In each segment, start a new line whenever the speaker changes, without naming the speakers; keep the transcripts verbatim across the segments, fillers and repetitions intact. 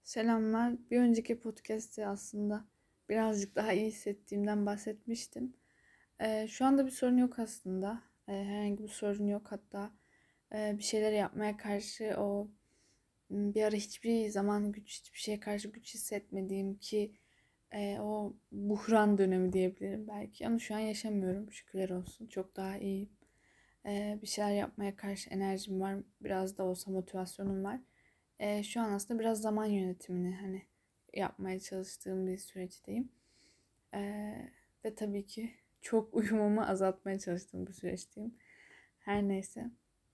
Selamlar. Bir önceki podcast'te aslında birazcık daha iyi hissettiğimden bahsetmiştim. Ee, şu anda bir sorun yok aslında. Ee, herhangi bir sorun yok. Hatta e, bir şeyler yapmaya karşı o m, bir ara hiçbir zaman güç, hiçbir şeye karşı güç hissetmediğim ki e, o buhran dönemi diyebilirim belki. Ama şu an yaşamıyorum. Şükürler olsun. Çok daha iyiyim. Ee, bir şeyler yapmaya karşı enerjim var. Biraz da olsa motivasyonum var. Ee, şu an aslında biraz zaman yönetimini hani yapmaya çalıştığım bir süreçteyim. Ee, ve tabii ki çok uyumumu azaltmaya çalıştığım bir süreçteyim. Her neyse.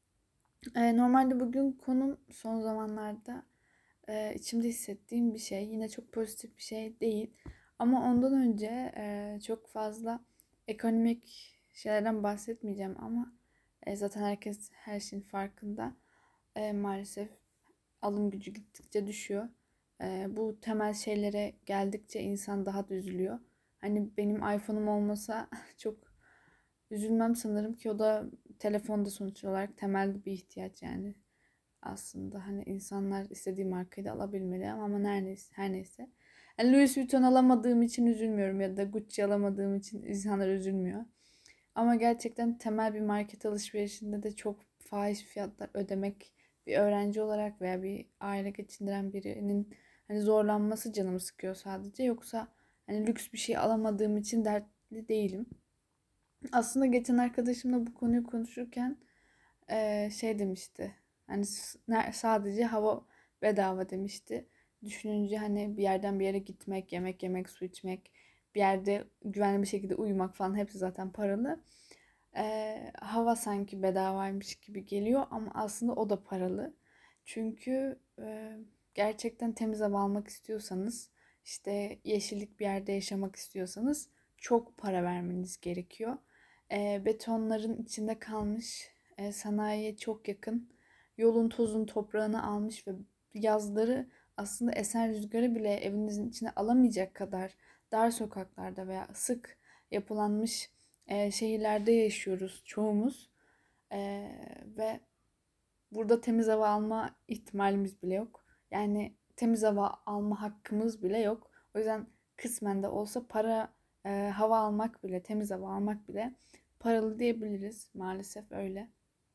Ee, normalde bugün konum son zamanlarda e, içimde hissettiğim bir şey. Yine çok pozitif bir şey değil. Ama ondan önce e, çok fazla ekonomik şeylerden bahsetmeyeceğim ama e, zaten herkes her şeyin farkında. E, maalesef alım gücü gittikçe düşüyor. E, bu temel şeylere geldikçe insan daha da üzülüyor. Hani benim iPhone'um olmasa çok üzülmem sanırım ki o da telefonda sonuç olarak temel bir ihtiyaç yani. Aslında hani insanlar istediği markayı da alabilmeli ama, ama her neyse, her neyse. Yani Louis Vuitton alamadığım için üzülmüyorum ya da Gucci alamadığım için insanlar üzülmüyor. Ama gerçekten temel bir market alışverişinde de çok fahiş fiyatlar ödemek bir öğrenci olarak veya bir aile geçindiren birinin hani zorlanması canımı sıkıyor sadece. Yoksa hani lüks bir şey alamadığım için dertli değilim. Aslında geçen arkadaşımla bu konuyu konuşurken eee, şey demişti. Hani sadece hava bedava demişti. Düşününce hani bir yerden bir yere gitmek, yemek yemek, su içmek, bir yerde güvenli bir şekilde uyumak falan hepsi zaten paralı. Eee, hava sanki bedavaymış gibi geliyor ama aslında o da paralı. Çünkü eee, gerçekten temiz hava almak istiyorsanız, işte yeşillik bir yerde yaşamak istiyorsanız çok para vermeniz gerekiyor. Eee, betonların içinde kalmış, e, sanayiye çok yakın, yolun tozun toprağını almış ve yazları aslında esen rüzgarı bile evinizin içine alamayacak kadar dar sokaklarda veya sık yapılanmış e, şehirlerde yaşıyoruz çoğumuz. E, ve burada temiz hava alma ihtimalimiz bile yok. Yani temiz hava alma hakkımız bile yok. O yüzden kısmen de olsa para, e, hava almak bile, temiz hava almak bile paralı diyebiliriz. Maalesef öyle.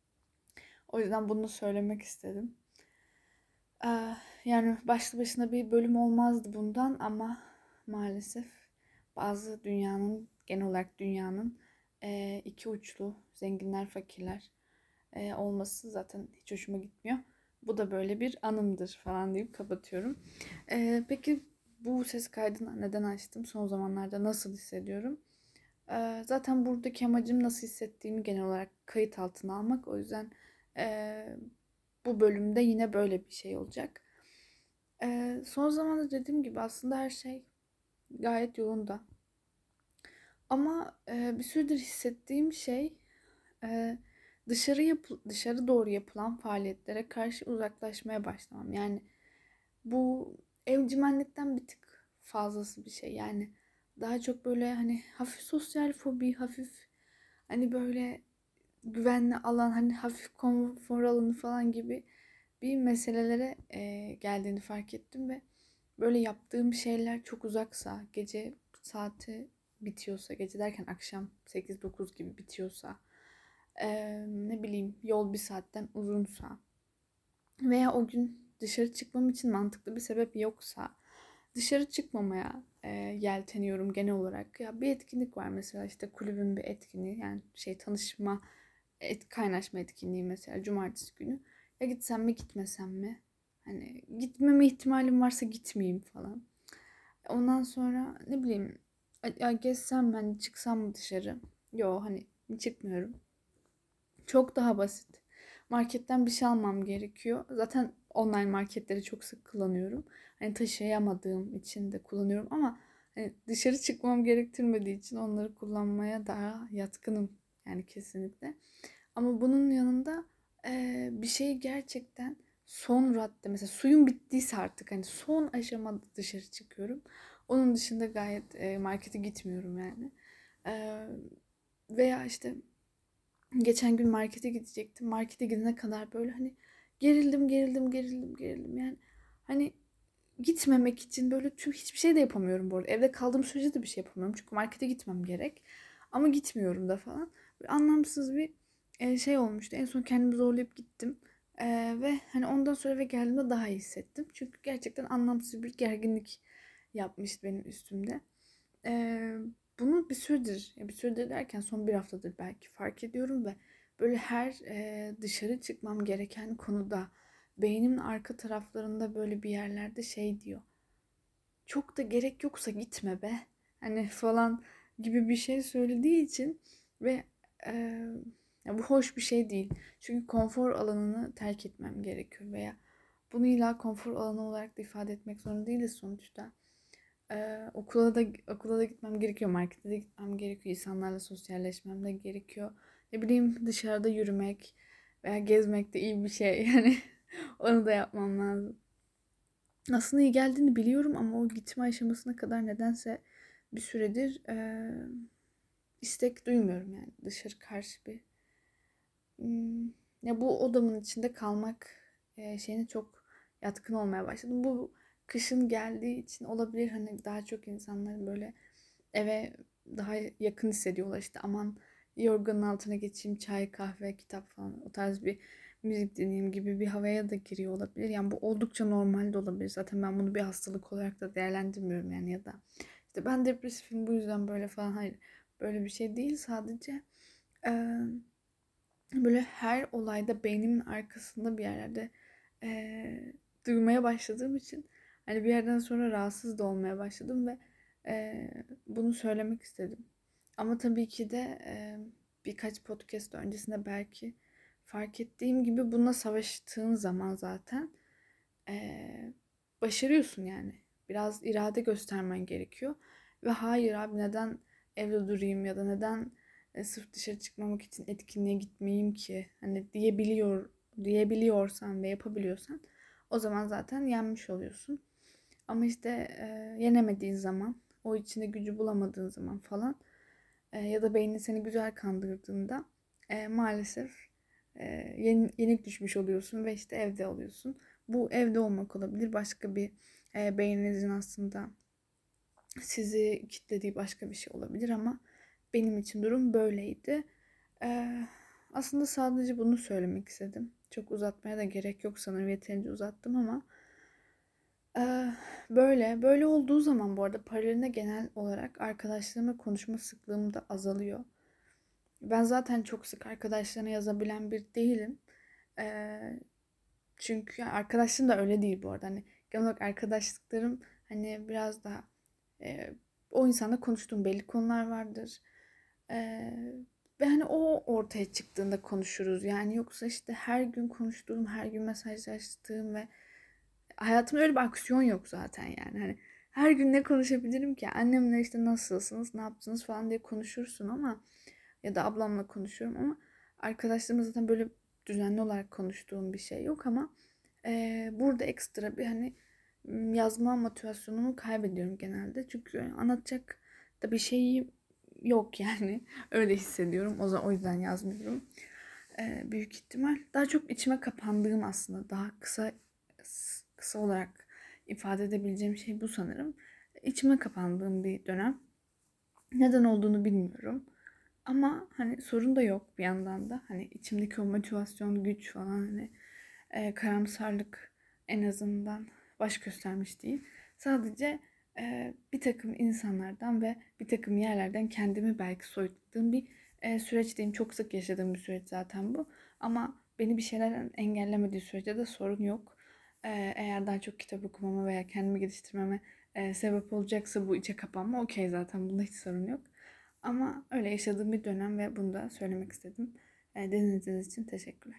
O yüzden bunu söylemek istedim. Ee, yani başlı başına bir bölüm olmazdı bundan ama maalesef bazı dünyanın, genel olarak dünyanın e, iki uçlu, zenginler, fakirler e, olması zaten hiç hoşuma gitmiyor. Bu da böyle bir anımdır falan deyip kapatıyorum. Ee, peki bu ses kaydını neden açtım? Son zamanlarda nasıl hissediyorum? Ee, zaten buradaki amacım nasıl hissettiğimi genel olarak kayıt altına almak. O yüzden e, bu bölümde yine böyle bir şey olacak. Ee, son zamanlarda dediğim gibi aslında her şey gayet yolunda. Ama e, bir süredir hissettiğim şey e, dışarı yapı- dışarı doğru yapılan faaliyetlere karşı uzaklaşmaya başlamam. Yani bu evcimenlikten bir tık fazlası bir şey. Yani daha çok böyle hani hafif sosyal fobi, hafif hani böyle güvenli alan, hani hafif konfor alanı falan gibi bir meselelere e, geldiğini fark ettim ve böyle yaptığım şeyler çok uzaksa, gece saati bitiyorsa, gece derken akşam sekiz dokuz gibi bitiyorsa, e, ne bileyim yol bir saatten uzunsa veya o gün dışarı çıkmam için mantıklı bir sebep yoksa dışarı çıkmamaya e, yelteniyorum genel olarak. Ya bir etkinlik var mesela, işte kulübün bir etkinliği, yani şey tanışma, et, kaynaşma etkinliği mesela cumartesi günü. Ya gitsem mi gitmesem mi? Hani gitmeme ihtimalim varsa gitmeyeyim falan. Ondan sonra ne bileyim, ya gezsem, hani çıksam mı dışarı? Yo, hani çıkmıyorum. Çok daha basit. Marketten bir şey almam gerekiyor. Zaten online marketleri çok sık kullanıyorum. Hani taşıyamadığım için de kullanıyorum ama hani dışarı çıkmam gerektirmediği için onları kullanmaya daha yatkınım. Yani kesinlikle. Ama bunun yanında eee, bir şey gerçekten son radde, mesela suyum bittiyse artık hani son aşamada dışarı çıkıyorum. Onun dışında gayet eee, markete gitmiyorum yani. Eee, veya işte geçen gün markete gidecektim. Markete gidene kadar böyle hani gerildim, gerildim, gerildim, gerildim. Yani hani gitmemek için böyle çünkü hiçbir şey de yapamıyorum bu arada. Evde kaldığım sürece de bir şey yapamıyorum. Çünkü markete gitmem gerek. Ama gitmiyorum da falan. Böyle anlamsız bir e, şey olmuştu. En son kendimi zorlayıp gittim. E, ve hani ondan sonra eve geldiğimde daha iyi hissettim. Çünkü gerçekten anlamsız bir gerginlik yapmıştı benim üstümde. E, Bunu bir süredir, ya bir süredir derken son bir haftadır belki fark ediyorum ve böyle her e, dışarı çıkmam gereken konuda beynimin arka taraflarında böyle bir yerlerde şey diyor. Çok da gerek yoksa gitme be. Hani falan gibi bir şey söylediği için ve e, ya bu hoş bir şey değil. Çünkü konfor alanını terk etmem gerekiyor veya bunu illa konfor alanı olarak da ifade etmek zorunda değiliz sonuçta. Ee, okula da okula da gitmem gerekiyor, markete de gitmem gerekiyor, insanlarla sosyalleşmem de gerekiyor. Ne bileyim dışarıda yürümek veya gezmek de iyi bir şey yani onu da yapmam lazım. Aslında iyi geldiğini biliyorum ama o gitme aşamasına kadar nedense bir süredir eee, istek duymuyorum yani dışarı karşı bir hmm, ya bu odamın içinde kalmak eee, şeyine çok yatkın olmaya başladım. Bu kışın geldiği için olabilir hani daha çok insanlar böyle eve daha yakın hissediyorlar işte aman yorganın altına geçeyim çay kahve kitap falan o tarz bir müzik dinleyeyim gibi bir havaya da giriyor olabilir. Yani bu oldukça normal de olabilir. Zaten ben bunu bir hastalık olarak da değerlendirmiyorum yani ya da işte ben depresifim bu yüzden böyle falan hayır böyle bir şey değil sadece eee, böyle her olayda beynimin arkasında bir yerlerde eee, duymaya başladığım için hani bir yerden sonra rahatsız da olmaya başladım ve eee, bunu söylemek istedim. Ama tabii ki de eee, birkaç podcast öncesinde belki fark ettiğim gibi bununla savaştığın zaman zaten eee, başarıyorsun yani. Biraz irade göstermen gerekiyor. Ve hayır abi neden evde durayım ya da neden e, sırf dışarı çıkmamak için etkinliğe gitmeyeyim ki? Hani diyebiliyor diyebiliyorsan ve yapabiliyorsan o zaman zaten yenmiş oluyorsun. Ama işte e, yenemediğin zaman, o içinde gücü bulamadığın zaman falan e, ya da beynin seni güzel kandırdığında e, maalesef e, yen- yenik düşmüş oluyorsun ve işte evde oluyorsun. Bu evde olmak olabilir. Başka bir e, beyninizin aslında sizi kitlediği başka bir şey olabilir ama benim için durum böyleydi. Ee, Aslında sadece bunu söylemek istedim. Çok uzatmaya da gerek yok sanırım yeterince uzattım ama ee, böyle böyle olduğu zaman bu arada paralelinde genel olarak arkadaşlarımla konuşma sıklığım da azalıyor. Ben zaten çok sık arkadaşlarına yazabilen bir değilim. Ee, Çünkü yani arkadaşlarım da öyle değil bu arada. Hani genel olarak arkadaşlıklarım hani biraz daha e, o insanla konuştuğum belli konular vardır. E, Ve hani o ortaya çıktığında konuşuruz. Yani yoksa işte her gün konuştuğum, her gün mesajlaştığım ve hayatımda öyle bir aksiyon yok zaten yani. Hani her gün ne konuşabilirim ki? Annemle işte nasılsınız, ne yaptınız falan diye konuşursun ama ya da ablamla konuşuyorum ama arkadaşlarımla zaten böyle düzenli olarak konuştuğum bir şey yok ama e, burada ekstra bir hani yazma motivasyonumu kaybediyorum genelde. Çünkü anlatacak da bir şey yok yani. Öyle hissediyorum. O zaman o yüzden yazmıyorum. E, büyük ihtimal. Daha çok içime kapandığım aslında. Daha kısa kısa olarak ifade edebileceğim şey bu sanırım. İçime kapandığım bir dönem. Neden olduğunu bilmiyorum. Ama hani sorun da yok bir yandan da. Hani içimdeki o motivasyon, güç falan hani e, karamsarlık en azından baş göstermiş değil. Sadece e, bir takım insanlardan ve bir takım yerlerden kendimi belki soyutladığım bir e, süreçteyim. Çok sık yaşadığım bir süreç zaten bu. Ama beni bir şeylerden engellemediği sürece de sorun yok. E, eğer daha çok kitap okumama veya kendimi geliştirmeme e, sebep olacaksa bu içe kapanma okey zaten bunda hiç sorun yok. Ama öyle yaşadığım bir dönem ve bunu da söylemek istedim. E, dinlediğiniz için teşekkürler.